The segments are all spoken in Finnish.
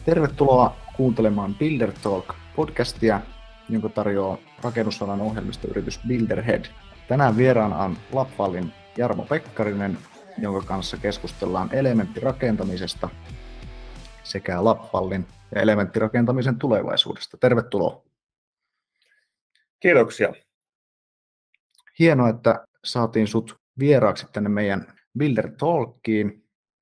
Tervetuloa kuuntelemaan Builder Talk-podcastia, jonka tarjoaa rakennusalan ohjelmistoyritys Builderhead. Tänään vieraana on Lapvallin Jarmo Pekkarinen, jonka kanssa keskustellaan elementtirakentamisesta sekä Lapvallin ja elementtirakentamisen tulevaisuudesta. Tervetuloa. Kiitoksia. Hienoa, että saatiin sut vieraaksi tänne meidän Builder Talkiin.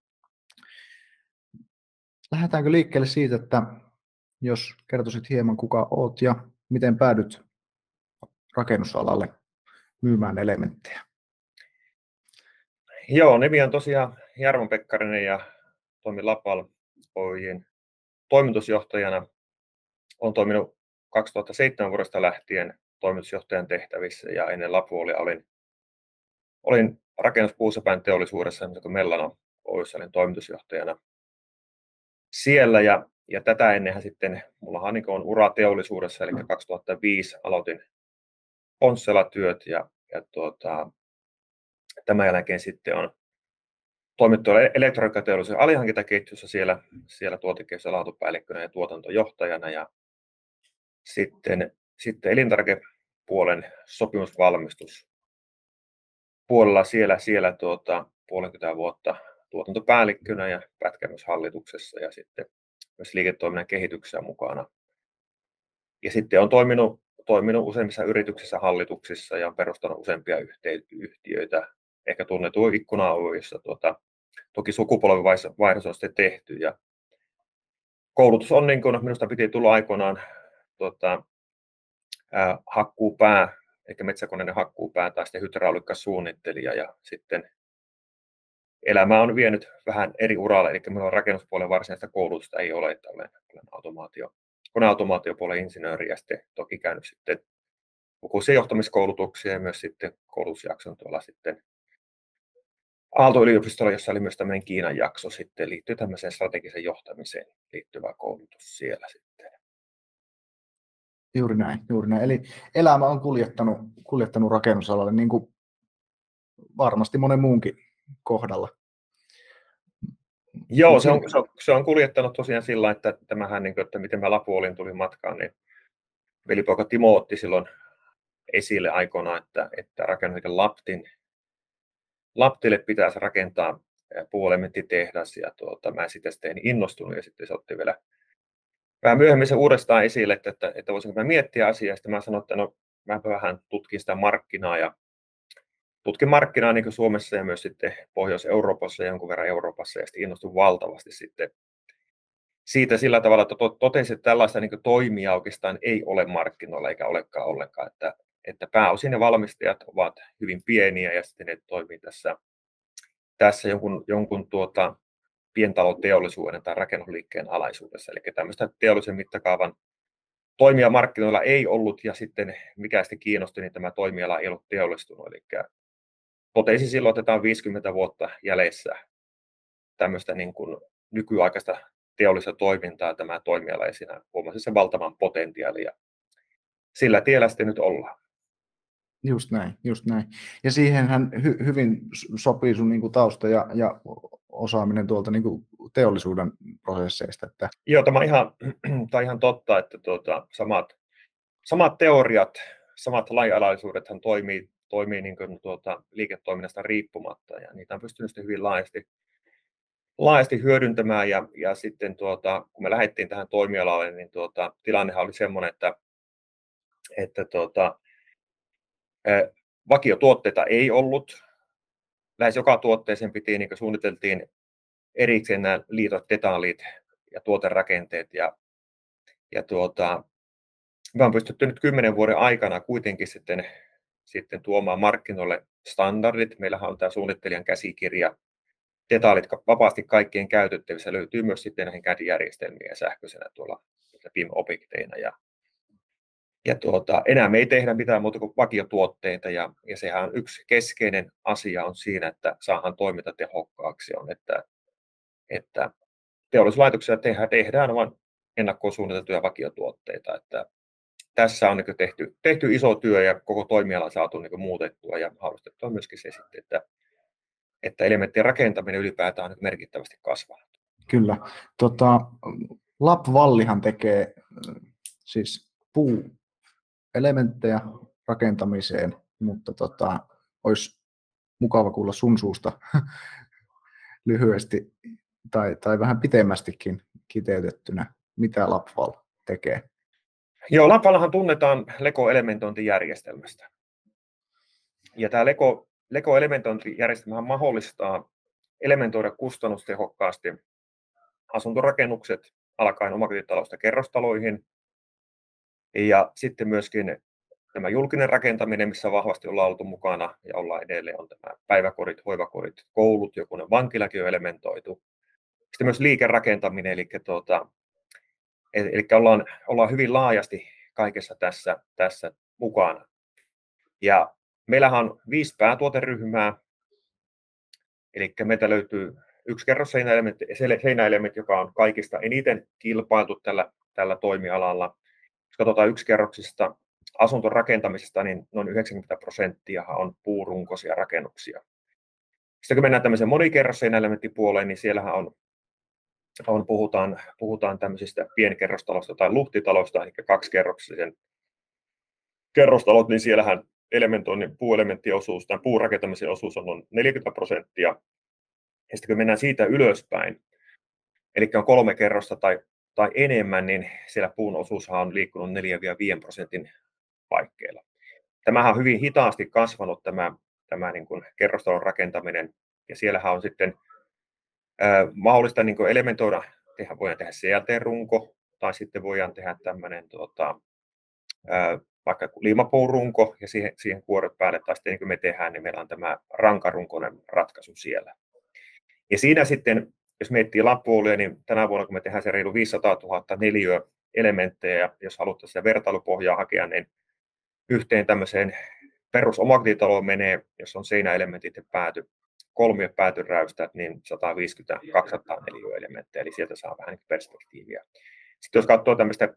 Lähdetäänkö liikkeelle siitä, että jos kertoisit hieman kuka oot ja miten päädyt rakennusalalle myymään elementtejä? Joo, nimi on tosiaan Jarmo Pekkarinen ja toimin Lapval Oy:n toimitusjohtajana. Olen toiminut 2007 vuodesta lähtien toimitusjohtajan tehtävissä ja ennen Lapvalia olin rakennuspuusepään teollisuudessa kuin Mellano Oy:ssä, olin toimitusjohtajana siellä ja tätä ennenhän sitten mullahan on ura teollisuudessa, eli 2005 aloitin Ponssela-työt ja tämän jälkeen sitten on toimittu elektroniikkateollisuuden alihankintaketjussa siellä tuoteketjussa laatupäällikkönä ja tuotantojohtajana ja sitten elintarvikepuolen sopimusvalmistuspuolella siellä puolenkymmentä vuotta tuotantopäällikkönä ja pätkä myös hallituksessa ja sitten myös liiketoiminnan kehityksessä mukana. Ja sitten on toiminut useimmissa yrityksissä hallituksissa ja on perustanut useampia yhtiöitä. Ehkä tunnetuin Ikkuna Oy, jossa toki sukupolvenvaihdos on sitten tehty. Ja koulutus on niin kuin minusta piti tulla aikoinaan hakkuupää, eikä metsäkoneiden hakkuupää tai sitten hydrauliikkasuunnittelija. Ja sitten elämä on vienyt vähän eri uralle, eli minulla rakennuspuolen varsinaista koulutusta ei ole, että olen koneautomaatiopuolen insinööri ja sitten toki käynyt sitten lukuisia johtamiskoulutuksia ja myös sitten koulutusjakson tuolla sitten Aalto-yliopistolla, jossa oli myös tämmöinen Kiinan jakso sitten liittyy tämmöiseen strategiseen johtamiseen liittyvä koulutus siellä sitten. Juuri näin. Eli elämä on kuljettanut rakennusalalle niin kuin varmasti monen muunkin kohdalla. Joo, se on kuljettanut tosiaan sillä, että tämähän, että miten mä Lapuoliin tulin matkaan, niin velipoika Timo otti silloin esille aikoinaan, että rakennusliike Laptille pitäisi rakentaa puuelementtitehdas ja mä siitä sitten innostunut ja sitten se otti vielä vähän myöhemmin se uudestaan esille, että voisinko mä miettiä asiaa ja sitten mä sanoin, että no mä vähän tutkin sitä markkinaa ja tutkin markkinaa niin kuin Suomessa ja myös sitten Pohjois-Euroopassa ja jonkun verran Euroopassa ja sitten innostuin valtavasti sitten siitä sillä tavalla, että totesin, että tällaista niin kuin toimia oikeastaan ei ole markkinoilla eikä olekaan ollenkaan, että pääosin ne valmistajat ovat hyvin pieniä ja sitten ne toimii tässä jonkun pientaloteollisuuden tai rakennusliikkeen alaisuudessa. Eli tämmöistä teollisen mittakaavan toimia markkinoilla ei ollut ja sitten mikä sitten kiinnosti, niin tämä toimiala ei ollut teollistunut. Eli totesin silloin, että tämä on 50 vuotta jäljessä tämmöistä niin kuin nykyaikaista teollista toimintaa tämä toimiala ja siinä huomasin sen valtavan potentiaalin ja sillä tiellä sitten nyt ollaan. Just näin. Ja siihenhän hyvin sopii sun niin kuin tausta ja osaaminen tuolta niin kuin teollisuuden prosesseista. Että... Joo, tämä on ihan totta, että samat teoriat, samat lainalaisuudethan toimii niin kuin liiketoiminnasta riippumatta ja niitä on pystynyt hyvin laajasti hyödyntämään ja sitten kun me lähdettiin tähän toimialalle, niin tilannehan oli semmoinen, että vakiotuotteita ei ollut. Lähes joka tuotteeseen piti, niin kuin suunniteltiin erikseen nämä liitot, detailit ja tuoterakenteet. Me on pystytty nyt 10 vuoden aikana kuitenkin sitten tuomaan markkinoille standardit. Meillähän on tämä suunnittelijan käsikirja, detailit vapaasti kaikkien käytettävissä. Löytyy myös sitten näihin CAD-järjestelmiä sähköisenä tuolla BIM-objekteina. Enää me ei tehdä mitään muuta kuin vakiotuotteita ja sehän on yksi keskeinen asia on siinä, että saadaan toiminta tehokkaaksi on, että teollisuuslaitoksia tehdään vain ennakkoon suunniteltuja vakiotuotteita. Että tässä on niin tehty iso työ ja koko toimiala saatu niin muutettua ja mahdollistettua myöskin se sitten, että elementtien rakentaminen ylipäätään on merkittävästi kasvanut. Kyllä. LabVallihan tekee siis puuelementtejä rakentamiseen, mutta olisi mukava kuulla sun suusta lyhyesti tai vähän pitemmästikin kiteytettynä, mitä LabVal tekee. Joo, LabValhan tunnetaan Lego-elementointijärjestelmästä. Ja tämä Lego-elementointijärjestelmä mahdollistaa elementoida kustannustehokkaasti asuntorakennukset alkaen omakotitaloista kerrostaloihin. Ja sitten myöskin tämä julkinen rakentaminen, missä vahvasti ollaan oltu mukana ja ollaan edelleen, on tämä päiväkodit, hoivakodit, koulut, jokunen vankilakin on elementoitu. Sitten myös liikerakentaminen, eli ollaan hyvin laajasti kaikessa tässä mukana. Ja meillähän on 5 päätuoteryhmää, eli meiltä löytyy yksi kerrosseinäelementti, joka on kaikista eniten kilpailtu tällä toimialalla. Jos katsotaan yksikerroksista asuntorakentamisesta, niin noin 90% on puurunkoisia rakennuksia. Sitten kun mennään tämmöiseen monikerrosseinäelementtipuoleen, niin siellähän puhutaan tämmöisistä pienkerrostaloista tai luhtitaloista, eli 2-kerroksisen kerrostalot, niin siellähän puuelementtiosuus tai puurakentamisen osuus on noin 40%. Ja sitten kun mennään siitä ylöspäin, eli on 3 kerrosta tai enemmän, niin siellä puun osuushan on liikkunut 4-5% paikkeilla. Tämähän on hyvin hitaasti kasvanut tämä niin kuin kerrostalon rakentaminen, ja siellähän on sitten mahdollista niin kuin elementoida, voidaan tehdä CLT-runko, tai sitten voidaan tehdä tämmöinen vaikka liimapuurunko ja siihen kuoret päälle, tai sitten niin kuin me tehdään, niin meillä on tämä rankarunkoinen ratkaisu siellä. Ja siinä sitten, jos miettii LabValia, niin tänä vuonna kun me tehdään se reilu 500 000 neliöä elementtejä, ja jos haluttaisiin sitä vertailupohjaa hakea, niin yhteen tämmöiseen perusomakotitaloon menee, jos on seinäelementit ja kolmiopäätyräystät, niin 150-200 neliöelementtejä, eli sieltä saa vähän perspektiiviä. Sitten jos katsoo tämmöistä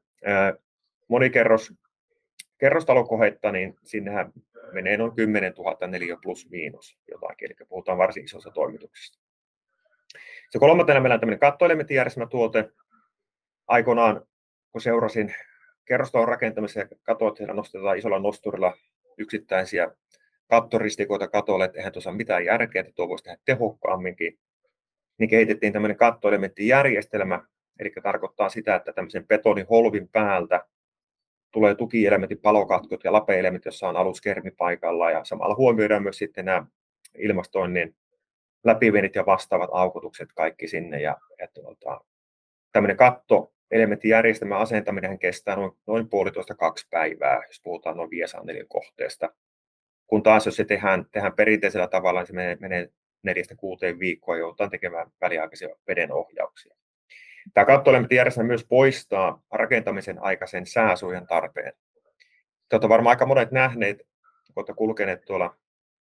monikerrostalokohetta, niin sinnehän menee noin 10 000 neliö plus miinus jotakin, eli puhutaan varsin isosta toimituksesta. Se kolmantena meillä on tämmöinen kattoelementtijärjestelmätuote. Aikoinaan, kun seurasin kerrostalon rakentamisen ja katsoin, että siellä nostetaan isolla nosturilla yksittäisiä kattoristikoita katolle, että eihän tuossa mitään järkeä, että tuo voisi tehdä tehokkaamminkin, niin kehitettiin tämmöinen kattoelementtijärjestelmä, eli tarkoittaa sitä, että tämmöisen betoniholvin päältä tulee tukielementin palokatkot ja lapeelementit, jossa on aluskermi paikalla, ja samalla huomioidaan myös sitten nämä ilmastoinnin läpivenit ja vastaavat aukotukset kaikki sinne, ja tämmöinen kattoelementtijärjestelmän asentaminen kestää noin 1,5–2 päivää, jos puhutaan noin 500 neliökohteesta. Kun taas jos se tehdään perinteisellä tavalla, niin se menee 4–6 viikkoa, joudutaan tekemään väliaikaisia vedenohjauksia. Tämä kattoelementtijärjestelmä myös poistaa rakentamisen aikaisen sääsuojan tarpeen. Te olette varmaan aika monet nähneet, kun olette kulkeneet tuolla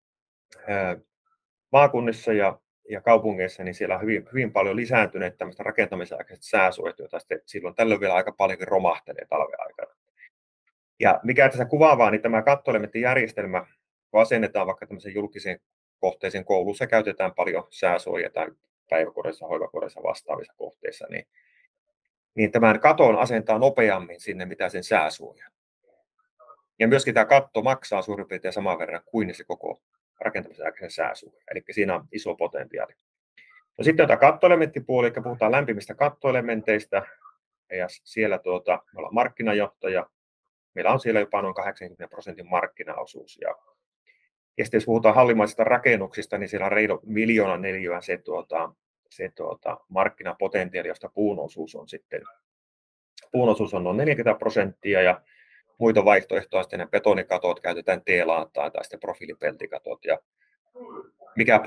maakunnissa ja kaupungeissa, niin siellä on hyvin paljon lisääntyneet tämmöistä rakentamisen aikaiset sääsuojat, joita sitten silloin tällöin vielä aika paljonkin romahtelee talven aikana. Ja mikä tässä kuvaavaa, niin tämä kattoelementtijärjestelmä, kun asennetaan vaikka tämmöisen julkisen kohteeseen koulussa, käytetään paljon sääsuojia tai päiväkodeissa, hoivakodeissa vastaavissa kohteissa, niin tämän katon asentaa nopeammin sinne, mitä sen sääsuoja. Ja myöskin tämä katto maksaa suurin piirtein saman verran kuin se koko rakentamisen aikaisen sääsuoja, eli siinä on iso potentiaali. No sitten on tämä kattoelementtipuoli, eli puhutaan lämpimistä kattoelementeistä, ja siellä me ollaan markkinajohtaja. Meillä on siellä jopa noin 80% markkinaosuus. Ja sitten jos puhutaan hallimaisista rakennuksista, niin siellä on reilu 1 000 000 neliöä se markkinapotentiaali, josta puun osuus on noin 40%, ja muita vaihtoehtoja sitten ne betonikatot, käytetään T-laataa tai sitten profiilipeltikatot. Ja mikä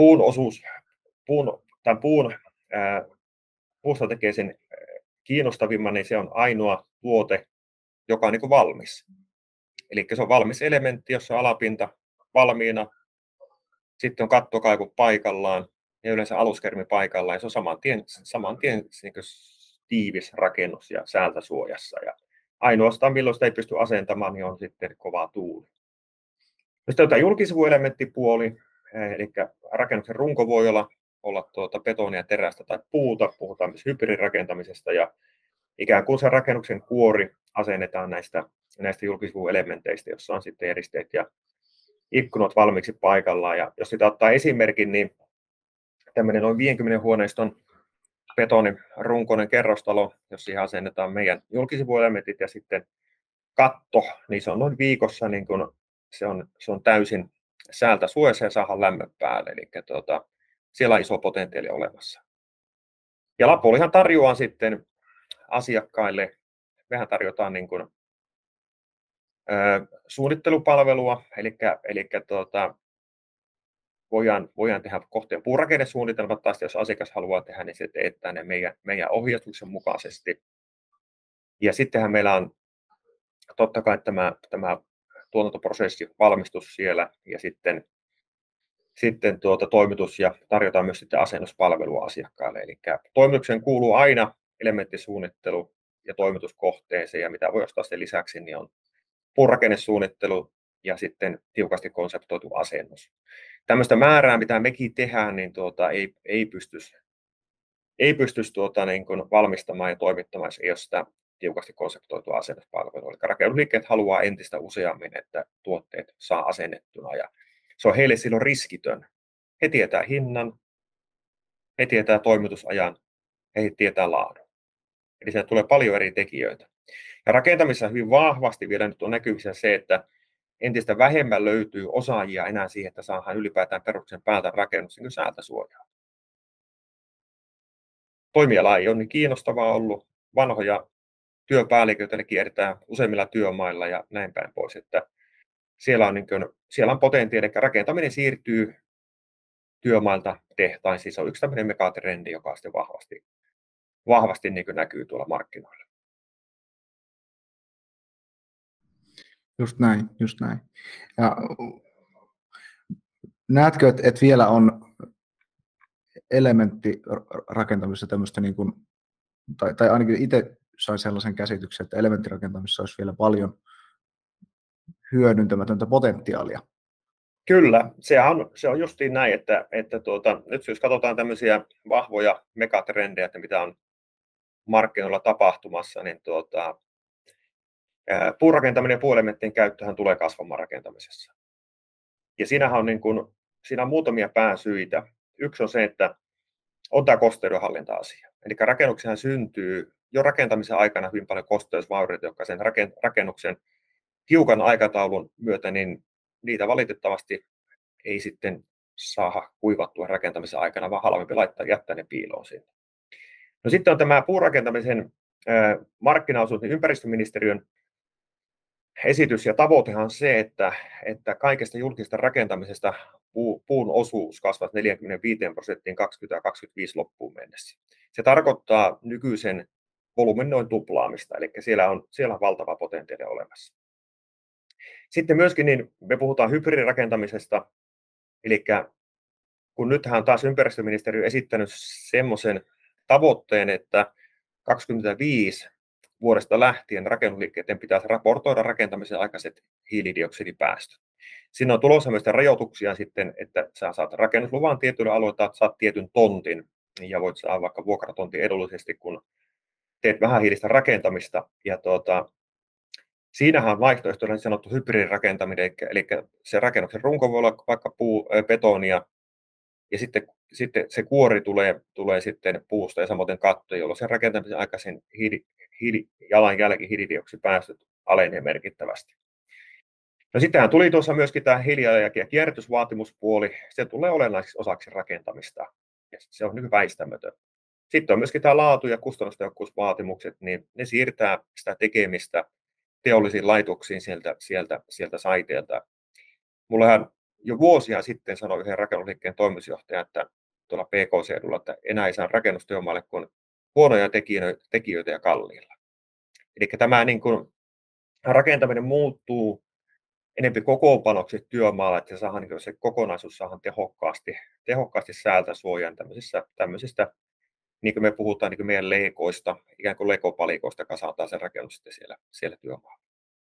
puusta tekee sen kiinnostavimman, niin se on ainoa tuote, joka on niin kuin valmis. Eli se on valmis elementti, jossa on alapinta valmiina, sitten on kattokaivu paikallaan ja yleensä aluskermi paikallaan, ja se on saman tien niin kuin tiivis rakennus ja säältä suojassa. Ja ainoastaan milloin sitä ei pysty asentamaan, niin on sitten kova tuuli. Sitten on tämä julkisivuelementtipuoli, eli rakennuksen runko voi olla betonia, terästä tai puuta, puhutaan myös hybridirakentamisesta, ja ikään kuin se rakennuksen kuori asennetaan näistä julkisivun elementeistä, jossa on sitten eristeet ja ikkunat valmiiksi paikallaan. Ja jos sitä ottaa esimerkin, niin tämmöinen noin 50 huoneiston betonin runkoinen kerrostalo, jos siihen asennetaan meidän julkisivuelementit ja sitten katto, niin se on noin viikossa, niin kun se on täysin säältä suojassa ja saadaan lämmön päälle. Eli siellä on iso potentiaali olemassa. Ja Lapulihan tarjoaa sitten asiakkaille, mehän tarjotaan niin kuin, suunnittelupalvelua, eli voidaan tehdä kohteen puurakennesuunnitelmat, taas jos asiakas haluaa tehdä, niin se teettää ne meidän ohjeistuksen mukaisesti. Ja sittenhän meillä on totta kai tämä tuotantoprosessi, valmistus siellä ja sitten toimitus ja tarjotaan myös sitten asennuspalvelua asiakkaille. Eli toimitukseen kuuluu aina elementtisuunnittelu ja toimituskohteeseen ja mitä voi ostaa sen lisäksi, niin on puurakennesuunnittelu ja sitten tiukasti konseptoitu asennus. Tämmöistä määrää, mitä mekin tehdään, niin ei pystyisi niin kuin valmistamaan ja toimittamaan, jos ei ole sitä tiukasti konseptoitua asennuspalvelua. Eli rakennusliikkeet haluaa entistä useammin, että tuotteet saa asennettuna ja se on heille silloin riskitön. He tietää hinnan, he tietää toimitusajan, he tietää laadun. Eli siellä tulee paljon eri tekijöitä. Ja rakentamisessa hyvin vahvasti vielä nyt on näkyvissä se, että entistä vähemmän löytyy osaajia enää siihen, että saadaan ylipäätään peruksen päältä rakennuksen säältä suojaa. Toimiala ei ole niin kiinnostavaa ollut. Vanhoja työpäälliköitä kierretään useimmilla työmailla ja näin päin pois. Että siellä on potentiaali, eli rakentaminen siirtyy työmailta tehtaisiin. Se on yksi tämmöinen megatrendi, joka sitten vahvasti niin näkyy tuolla markkinoilla. Just näin. Ja näetkö, että vielä on elementtirakentamisessa tämmöistä, niin kuin, tai ainakin itse sain sellaisen käsityksen, että elementtirakentamisessa olisi vielä paljon hyödyntämätöntä potentiaalia? Kyllä, se on justiin näin, että nyt jos katsotaan tämmöisiä vahvoja megatrendejä, että mitä on markkinoilla tapahtumassa, niin puurakentaminen ja puuelementtien käyttöhän tulee kasvamaan rakentamisessa. Ja siinä on muutamia pääsyitä. Yksi on se, että on tämä kosteudenhallinta-asia. Eli rakennukseen syntyy jo rakentamisen aikana hyvin paljon kosteusvaurioita, jotka sen rakennuksen tiukan aikataulun myötä, niin niitä valitettavasti ei sitten saada kuivattua rakentamisen aikana, vaan halvempi jättää ne piiloon sinne. No sitten on tämä puurakentamisen markkinaosuus, niin ympäristöministeriön esitys ja tavoitehan on se, että kaikesta julkisesta rakentamisesta puun osuus kasvaisi 45% 2025 loppuun mennessä. Se tarkoittaa nykyisen volyymin noin tuplaamista, eli siellä on valtava potentiaali olemassa. Sitten myöskin niin me puhutaan hybridirakentamisesta, eli kun nythän on taas ympäristöministeriö esittänyt semmoisen tavoitteen, että 2025 vuodesta lähtien rakennusliikkeiden pitäisi raportoida rakentamisen aikaiset hiilidioksidipäästöt. Siinä on tulossa myös rajoituksia sitten, että sä saat rakennusluvan tietyllä alueella, että saat tietyn tontin ja voit saada vaikka vuokratontin edullisesti, kun teet vähähiilistä rakentamista. Ja siinähän on vaihtoehtoinen sanottu hybridirakentaminen, eli se rakennuksen runko voi olla vaikka betonia, ja sitten se kuori tulee sitten puusta ja samoin katto, jolloin sen rakentamisen aikaisen hiilijalanjälki, hiilidioksidipäästöt alenee merkittävästi. No sittenhän tuli tuossa myöskin tämä hiilijalanjälki ja kierrätysvaatimuspuoli, se tulee olennaiseksi osaksi rakentamista, ja se on nyt väistämätön. Sitten on myöskin tämä laatu- ja kustannustehokkuusvaatimukset, niin ne siirtää sitä tekemistä teollisiin laitoksiin sieltä saiteelta. Mullahan jo vuosia sitten sanoi yhden rakennusliikkeen toimitusjohtaja, että tuolla PK-seudulla, että enää ei saa rakennustyömaalle kuin huonoja tekijöitä ja kalliilla. Eli tämä niin rakentaminen muuttuu enemmän kokoonpanoksi työmaalla, että se kokonaisuus saadaan tehokkaasti säältä suojaan tämmöisistä, niin kuin me puhutaan niin kuin meidän leikoista, ikään kuin lekopalikoista kasataan se rakennus sitten siellä työmaalla.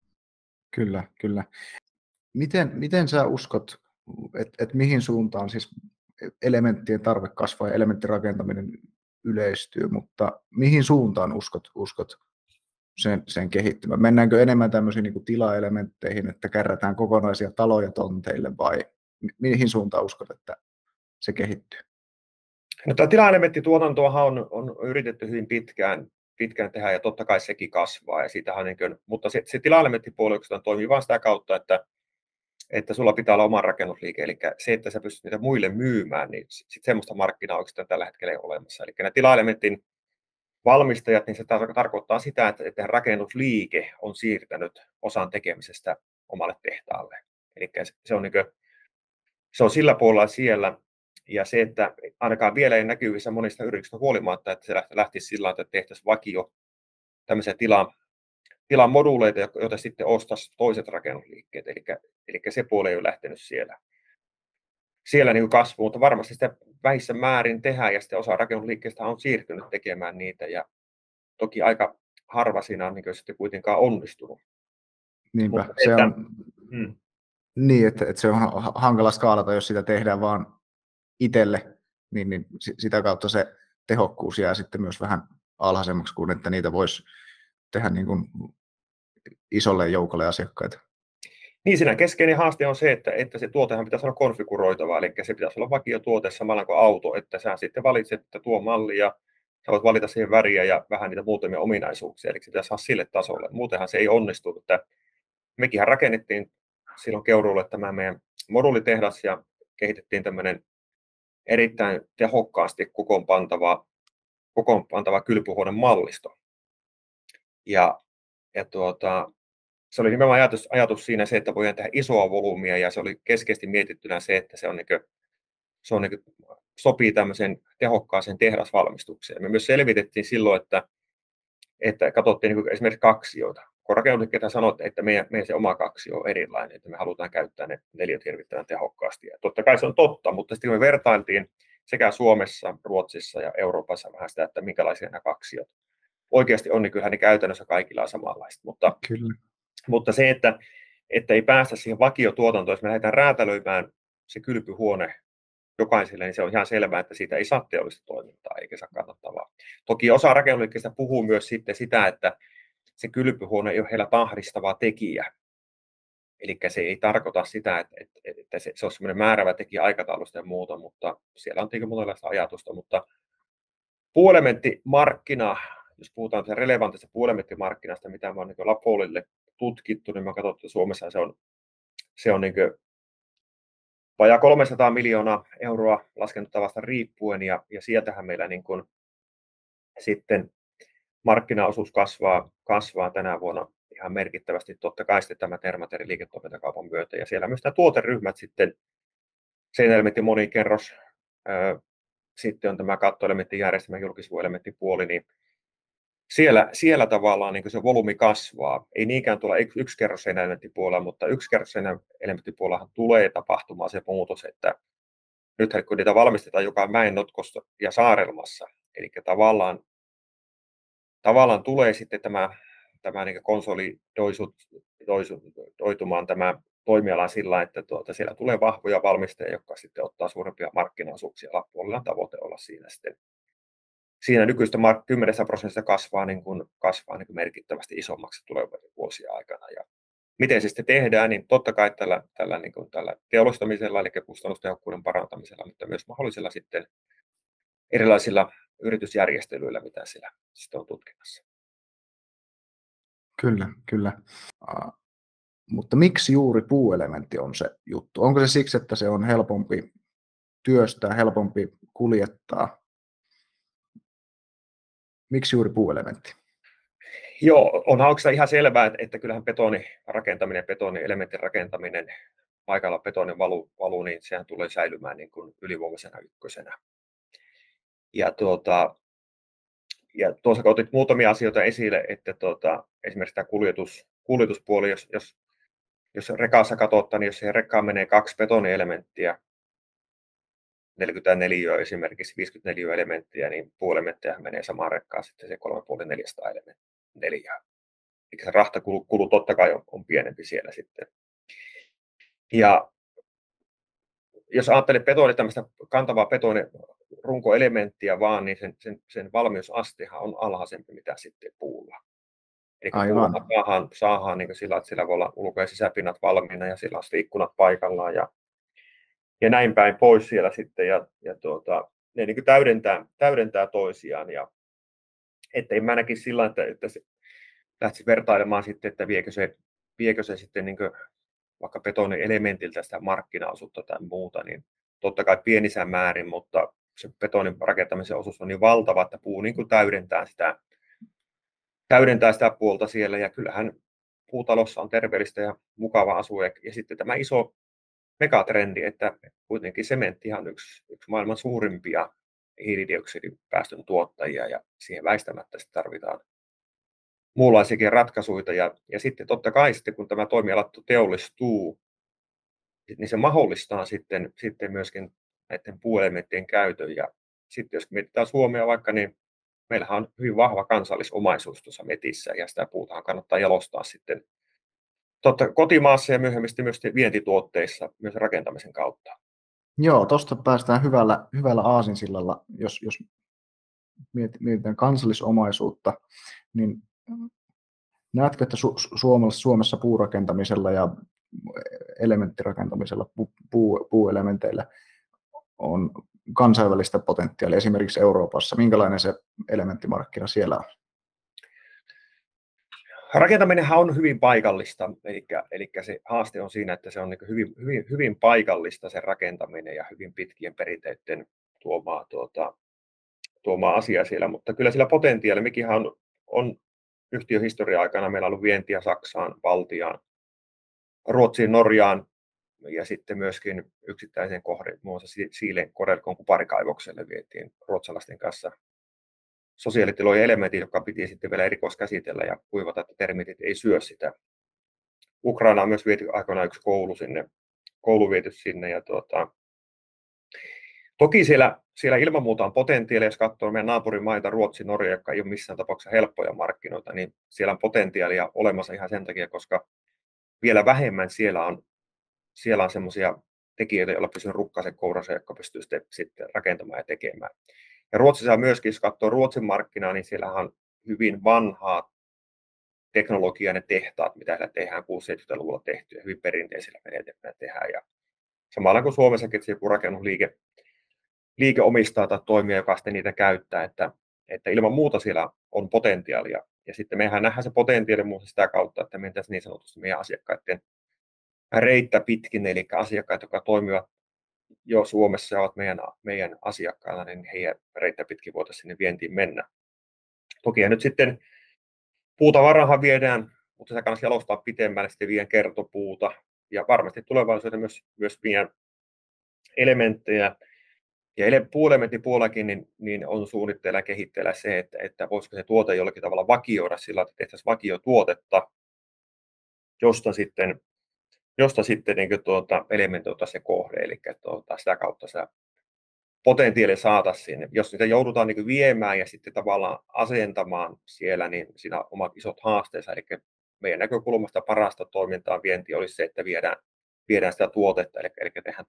Kyllä. Miten sä uskot, että mihin suuntaan siis elementtien tarve kasvaa ja elementtirakentaminen yleistyy, mutta mihin suuntaan uskot sen kehittymään? Mennäänkö enemmän tämmöisiin niin kuin tilaelementteihin, että kärrätään kokonaisia taloja tonteille, vai mihin suuntaan uskot, että se kehittyy? No, tämä tilaelementtituotantoahan on yritetty hyvin pitkään tehdä, ja totta kai sekin kasvaa. Ja siitähän mutta se tilaelementtipuoli toimii vain sitä kautta, että sulla pitää olla oma rakennusliike, eli se, että sä pystyt niitä muille myymään, niin sit semmoista markkinaa oikeastaan tällä hetkellä ei ole olemassa. Eli nämä tilaelementin valmistajat, niin se tarkoittaa sitä, että rakennusliike on siirtänyt osan tekemisestä omalle tehtaalle. Eli se on sillä puolella siellä, ja se, että ainakaan vielä ei näkyvissä monista yrityksistä huolimatta, että se lähtisi sillä tavalla, että tehtäisiin vakio tämmöisiä tilan moduuleita, joita sitten ostaisi toiset rakennusliikkeet, eli se puoli ei ole lähtenyt siellä niin kasvuun, mutta varmasti sitä vähissä määrin tehdään, ja sitten osa rakennusliikkeistä on siirtynyt tekemään niitä, ja toki aika harva siinä on niin sitten kuitenkaan onnistunut. Niinpä, mutta se on niin, että se on hankala skaalata, jos sitä tehdään vaan itselle, niin sitä kautta se tehokkuus jää sitten myös vähän alhaisemmaksi kuin, että niitä voisi tehdä niin kuin isolle joukolle asiakkaita. Niin, siinä keskeinen haaste on se, että se tuotehan pitäisi olla konfiguroitava, eli se pitäisi olla vakiotuote samalla kuin auto, että sä sitten valitset, että tuo malli ja sä voit valita siihen väriä ja vähän niitä muutamia ominaisuuksia, eli se pitäisi saada sille tasolle. Muutenhan se ei onnistu, että mekinhän rakennettiin silloin Keuruulle tämä meidän moduulitehdas ja kehitettiin tämmöinen erittäin tehokkaasti kokoonpantava kylpyhuoneen mallisto. Ja se oli nimenomaan ajatus siinä se, että voidaan tehdä isoa volyymia, ja se oli keskeisesti mietittynä se, että se sopii tämmöiseen tehokkaaseen tehdasvalmistukseen. Me myös selvitettiin silloin, että katsottiin niin esimerkiksi kaksioita. Kun rakennusliikkeet sanoi, että meidän se oma kaksio on erilainen, että me halutaan käyttää ne neliöt hirvittävän tehokkaasti. Ja totta kai se on totta, mutta sitten kun me vertailtiin sekä Suomessa, Ruotsissa ja Euroopassa vähän sitä, että minkälaisia nämä kaksiot oikeasti on, niin kyllähän ne käytännössä kaikilla on samanlaista. Mutta se, että ei päästä siihen vakiotuotantoon, jos me lähdetään räätälöimään se kylpyhuone jokaiselle, niin se on ihan selvää, että siitä ei saa teollista toimintaa eikä saa kannattavaa. Toki osa rakennusliikkeistä puhuu myös sitten sitä, että se kylpyhuone ei ole heillä tahdistava tekijä. Eli se ei tarkoita sitä, että se on semmoinen määräävä tekijä aikataulusta ja muuta, mutta siellä on tietenkin monenlaista ajatusta. Mutta puuelementtimarkkina, jos puhutaan relevantista puuelementtimarkkinasta, mitä me on niin Lapolille tutkittu, niin mä katson, että Suomessa se on niin vajaa 300 miljoonaa euroa laskentatavasta riippuen, ja sieltähän meillä niin kuin sitten markkinaosuus kasvaa tänä vuonna ihan merkittävästi, totta kai sitten tämä Termaterin liiketoimintakaupan myötä, ja siellä myös nämä tuoteryhmät sitten, seinäelementti, monikerros, sitten on tämä kattoelementtijärjestelmä, julkisivuelementtipuoli, niin siellä tavallaan niin se volyymi kasvaa. Ei niinkään tuolla yksikerrosseinäelementtipuolella, mutta yksikerrosseinäelementtipuolellahan tulee tapahtumaan se muutos, että nythän kun niitä valmistetaan joka Mäennotkossa ja Saarelmassa, eli tavallaan tulee sitten tämä niin konsolidoitumaan tämä toimiala sillä, että siellä tulee vahvoja valmistajia, jotka sitten ottaa suurempia markkinaosuuksia. Lappuolella on tavoite olla siinä nykyistä 10% kasvaa niin kuin merkittävästi isommaksi tulevien vuosien aikana. Ja miten se sitten tehdään, niin totta kai tällä teollistamisella, eli kustannustehokkuuden parantamisella, mutta myös mahdollisilla sitten erilaisilla yritysjärjestelyillä, mitä siellä sitten on tutkinnassa. Kyllä. Mutta miksi juuri puuelementti on se juttu? Onko se siksi, että se on helpompi työstää, helpompi kuljettaa? Miksi juuri puuelementti? Joo, onhan oikeastaan ihan selvää, että kyllähän betonielementin rakentaminen, paikalla betonin valu, niin sehän tulee säilymään niin kuin ylivoimaisena ykkösenä. Ja tuossa otit muutamia asioita esille, että esimerkiksi tämä kuljetuspuoli, jos rekassa katsotaan, niin jos siihen rekkaan menee 2 betonielementtiä, 44 esimerkiksi 54 elementtiä, niin puuelementtejä menee samaan rekkaan sitten se 3,5-400 elementtiä. Eli se rahtakulu totta kai on pienempi siellä sitten. Ja jos ajattelee tämmöistä kantavaa runkoelementtiä vaan, niin sen valmiusastehan on alhaisempi mitä sitten puulla. Eli puulla saadaan niin sillä, että sillä voi olla ulko- ja sisäpinnat valmiina ja sillä on sitten ikkunat paikallaan ja näin päin pois siellä sitten. Ne niin täydentää toisiaan. Ja ettei mä näkisi sillä, että se lähtisi vertailemaan sitten, että viekö se sitten niin vaikka betonielementiltä sitä markkinaosuutta tai muuta, niin totta kai pienissä määrin, mutta se betonin rakentamisen osuus on niin valtava, että puu niin kuin täydentää sitä puolta siellä, ja kyllähän puutalossa on terveellistä ja mukava asua. Ja sitten tämä iso megatrendi, että kuitenkin sementtihan on yksi maailman suurimpia hiilidioksidipäästön tuottajia, ja siihen väistämättä tarvitaan muunlaisiakin ratkaisuja. Ja sitten totta kai sitten, kun tämä toimiala teollistuu, niin se mahdollistaa sitten myöskin näiden puuelementtien käytön. Ja sitten jos mietitään Suomea vaikka, niin meillähän on hyvin vahva kansallisomaisuus tuossa metissä, ja sitä puutahan kannattaa jalostaa sitten kotimaassa ja myöhemmin myös vientituotteissa myös rakentamisen kautta. Joo, tuosta päästään hyvällä aasinsillalla, jos mietitään kansallisomaisuutta, niin näetkö, että Suomessa puurakentamisella ja elementtirakentamisella, puuelementeillä on kansainvälistä potentiaalia esimerkiksi Euroopassa? Minkälainen se elementtimarkkina siellä on? Rakentaminenhan on hyvin paikallista, eli se haaste on siinä, että se on hyvin paikallista se rakentaminen ja hyvin pitkien perinteiden tuomaa asiaa siellä, mutta kyllä sillä potentiaalilla, mekinhän on yhtiöhistorian aikana meillä on ollut vientiä Saksaan, Baltiaan, Ruotsiin, Norjaan ja sitten myöskin yksittäisen kohden, muun muassa Siilen Kodelkon kuparikaivokselle vietiin ruotsalaisten kanssa sosiaalitilojen elementit, joka piti sitten vielä erikoiskäsitellä ja kuivata, että termitit ei syö sitä. Ukraina on myös viety aikoinaan yksi koulu viety sinne. Ja toki siellä ilman muuta on potentiaalia, jos katsoo meidän naapurimaita, Ruotsi, Norja, jotka ei ole missään tapauksessa helppoja markkinoita, niin siellä on potentiaalia olemassa ihan sen takia, koska vielä vähemmän siellä on semmoisia tekijöitä, joilla pysyy rukkaisen kourassa, jotka pystyy sitten rakentamaan ja tekemään. Ja Ruotsissa myöskin, jos katsoo Ruotsin markkinaa, niin siellä on hyvin vanhaa teknologiaa, ne tehtaat, mitä siellä tehdään 60-70-luvulla tehtyä, hyvin perinteisillä menetelmillä tehdään. Ja samalla kuin Suomessakin, että joku rakennusliike omistaa tai toimija, joka sitten niitä käyttää, että ilman muuta siellä on potentiaalia. Ja sitten mehän nähdään se potentiaali muun sitä kautta, että mentäisiin niin sanotusti meidän asiakkaiden reittä pitkin, eli asiakkaat, jotka toimivat jo Suomessa ja ovat meidän asiakkailla, niin heidän reittä pitkin voitaisiin sinne vientiin mennä. Toki nyt sitten puutavarahan viedään, mutta se kannattaa jalostaa pitemmälle, sitten viedään kertopuuta ja varmasti tulevaisuudessa myös viedään elementtejä. Ja puuelementin puolellakin niin on suunnitteilla ja kehitteillä se, että voisiko se tuote jollakin tavalla vakioida sillä, että tehtäisiin vakiotuotetta, josta sitten niin elementoita se kohde, eli sitä kautta se potentiaali saataisiin sinne. Jos niitä joudutaan niin viemään ja sitten tavallaan asentamaan siellä, niin siinä on omat isot haasteensa. Eli meidän näkökulmasta parasta toimintaa vienti olisi se, että viedään sitä tuotetta, eli tehdään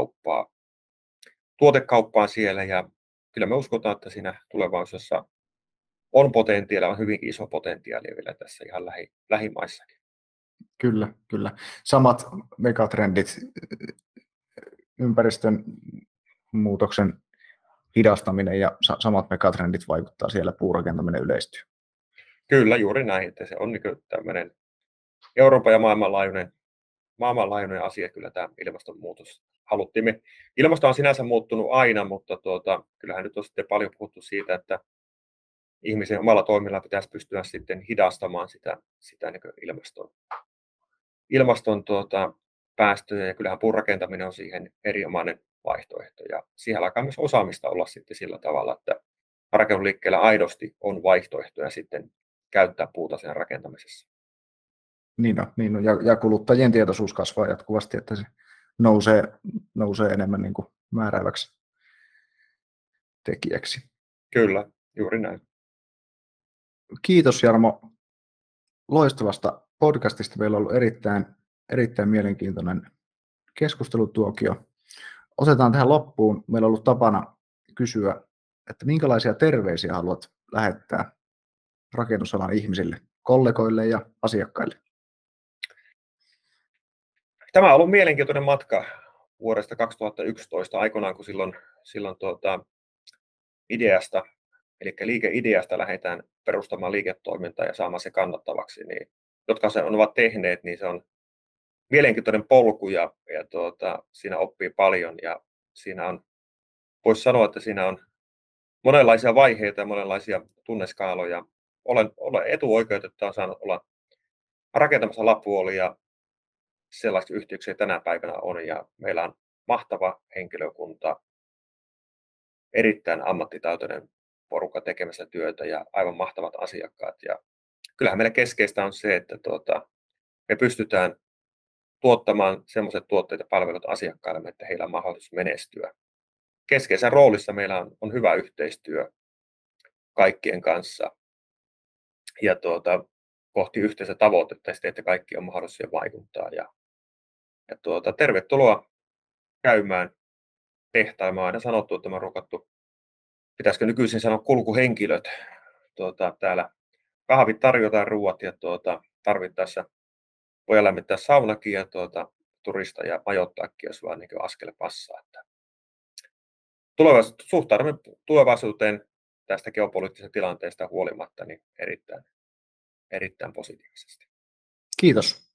tuotekauppaa siellä. Ja kyllä me uskotaan, että siinä tulevaisuudessa on potentiaalia, on hyvinkin iso potentiaali vielä tässä ihan lähimaissakin. Kyllä. Samat megatrendit, ympäristön muutoksen hidastaminen ja samat megatrendit vaikuttaa siellä, puurakentaminen yleistyy. Kyllä, juuri näin, että se on niin tämmöinen Euroopan ja maailmanlaajuinen asia, kyllä tämä ilmastonmuutos. Ilmasto on sinänsä muuttunut aina, mutta kyllähän nyt on sitten paljon puhuttu siitä, että ihmisen omalla toiminnalla pitäisi pystyä sitten hidastamaan sitä niin ilmaston päästöjä, ja kyllähän puurakentaminen on siihen erinomainen vaihtoehto, ja siihen alkaa myös osaamista olla sitten sillä tavalla, että rakennusliikkeellä aidosti on vaihtoehtoja sitten käyttää puuta sen rakentamisessa. Niin on. Ja kuluttajien tietoisuus kasvaa jatkuvasti, että se nousee enemmän niin kuin määrääväksi tekijäksi. Kyllä, juuri näin. Kiitos Jarmo loistavasta podcastista. Meillä on ollut erittäin mielenkiintoinen keskustelutuokio. Otetaan tähän loppuun. Meillä on ollut tapana kysyä, että minkälaisia terveisiä haluat lähettää rakennusalan ihmisille, kollegoille ja asiakkaille? Tämä on ollut mielenkiintoinen matka vuodesta 2011 aikoinaan, kun silloin ideasta, eli liikeideasta lähdetään perustamaan liiketoimintaa ja saamaan se kannattavaksi, niin jotka sen ovat tehneet, niin se on mielenkiintoinen polku ja siinä oppii paljon ja siinä on, voisi sanoa, että siinä on monenlaisia vaiheita ja monenlaisia tunneskaaloja. Olen etuoikeutettu saanut olla rakentamassa Lapuolia, sellaisia yhteyksiä tänä päivänä on ja meillä on mahtava henkilökunta, erittäin ammattitaitoinen porukka tekemässä työtä ja aivan mahtavat asiakkaat. Ja kyllähän meillä keskeistä on se, että me pystytään tuottamaan sellaiset tuotteet ja palvelut asiakkaille, että heillä on mahdollisuus menestyä. Keskeisen roolissa meillä on hyvä yhteistyö kaikkien kanssa ja kohti yhteistä tavoitetta, että kaikki on mahdollisia vaikuttaa. Ja tervetuloa käymään tehtaimaan. Aina sanottu, että on rukattu, pitäisikö nykyisin sanoa kulkuhenkilöt. Täällä kahvit tarjotaan, ruuat ja tarvittaessa voi lämmittää saunakin ja turista ja majoittaakin, jos vaan niin askel passaa. Suhtaudumme tulevaisuuteen tästä geopoliittisesta tilanteesta huolimatta niin erittäin positiivisesti. Kiitos.